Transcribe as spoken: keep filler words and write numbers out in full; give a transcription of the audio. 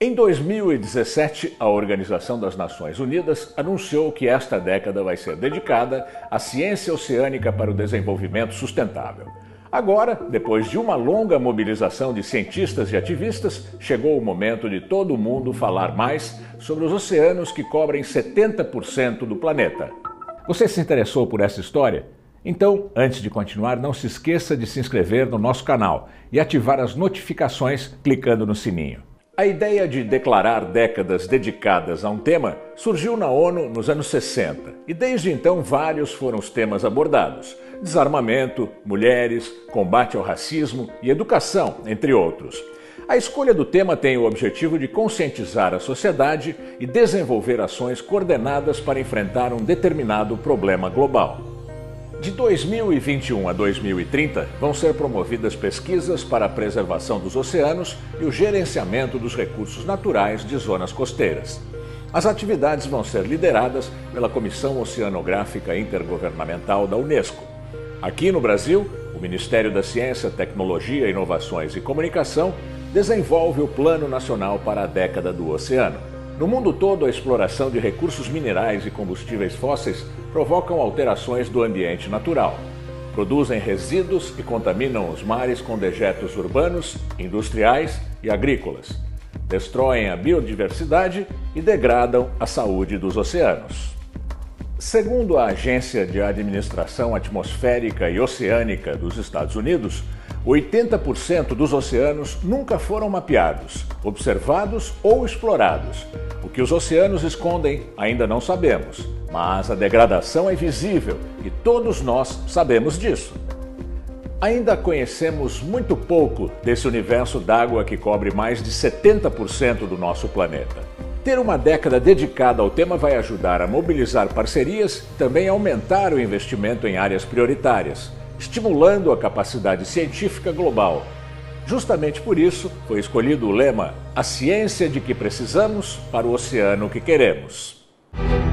Em dois mil e dezessete, a Organização das Nações Unidas anunciou que esta década vai ser dedicada à ciência oceânica para o desenvolvimento sustentável. Agora, depois de uma longa mobilização de cientistas e ativistas, chegou o momento de todo mundo falar mais sobre os oceanos que cobrem setenta por cento do planeta. Você se interessou por essa história? Então, antes de continuar, não se esqueça de se inscrever no nosso canal e ativar as notificações clicando no sininho. A ideia de declarar décadas dedicadas a um tema surgiu na ONU nos anos sessenta e desde então vários foram os temas abordados: desarmamento, mulheres, combate ao racismo e educação, entre outros. A escolha do tema tem o objetivo de conscientizar a sociedade e desenvolver ações coordenadas para enfrentar um determinado problema global. De dois mil e vinte e um a dois mil e trinta, vão ser promovidas pesquisas para a preservação dos oceanos e o gerenciamento dos recursos naturais de zonas costeiras. As atividades vão ser lideradas pela Comissão Oceanográfica Intergovernamental da Unesco. Aqui no Brasil, o Ministério da Ciência, Tecnologia, Inovações e Comunicação desenvolve o Plano Nacional para a Década do Oceano. No mundo todo, a exploração de recursos minerais e combustíveis fósseis provocam alterações do ambiente natural. Produzem resíduos e contaminam os mares com dejetos urbanos, industriais e agrícolas. Destroem a biodiversidade e degradam a saúde dos oceanos. Segundo a Agência de Administração Atmosférica e Oceânica dos Estados Unidos, oitenta por cento dos oceanos nunca foram mapeados, observados ou explorados. O que os oceanos escondem ainda não sabemos, mas a degradação é visível e todos nós sabemos disso. Ainda conhecemos muito pouco desse universo d'água que cobre mais de setenta por cento do nosso planeta. Ter uma década dedicada ao tema vai ajudar a mobilizar parcerias e também aumentar o investimento em áreas prioritárias, estimulando a capacidade científica global. Justamente por isso, foi escolhido o lema "A ciência de que precisamos para o oceano que queremos".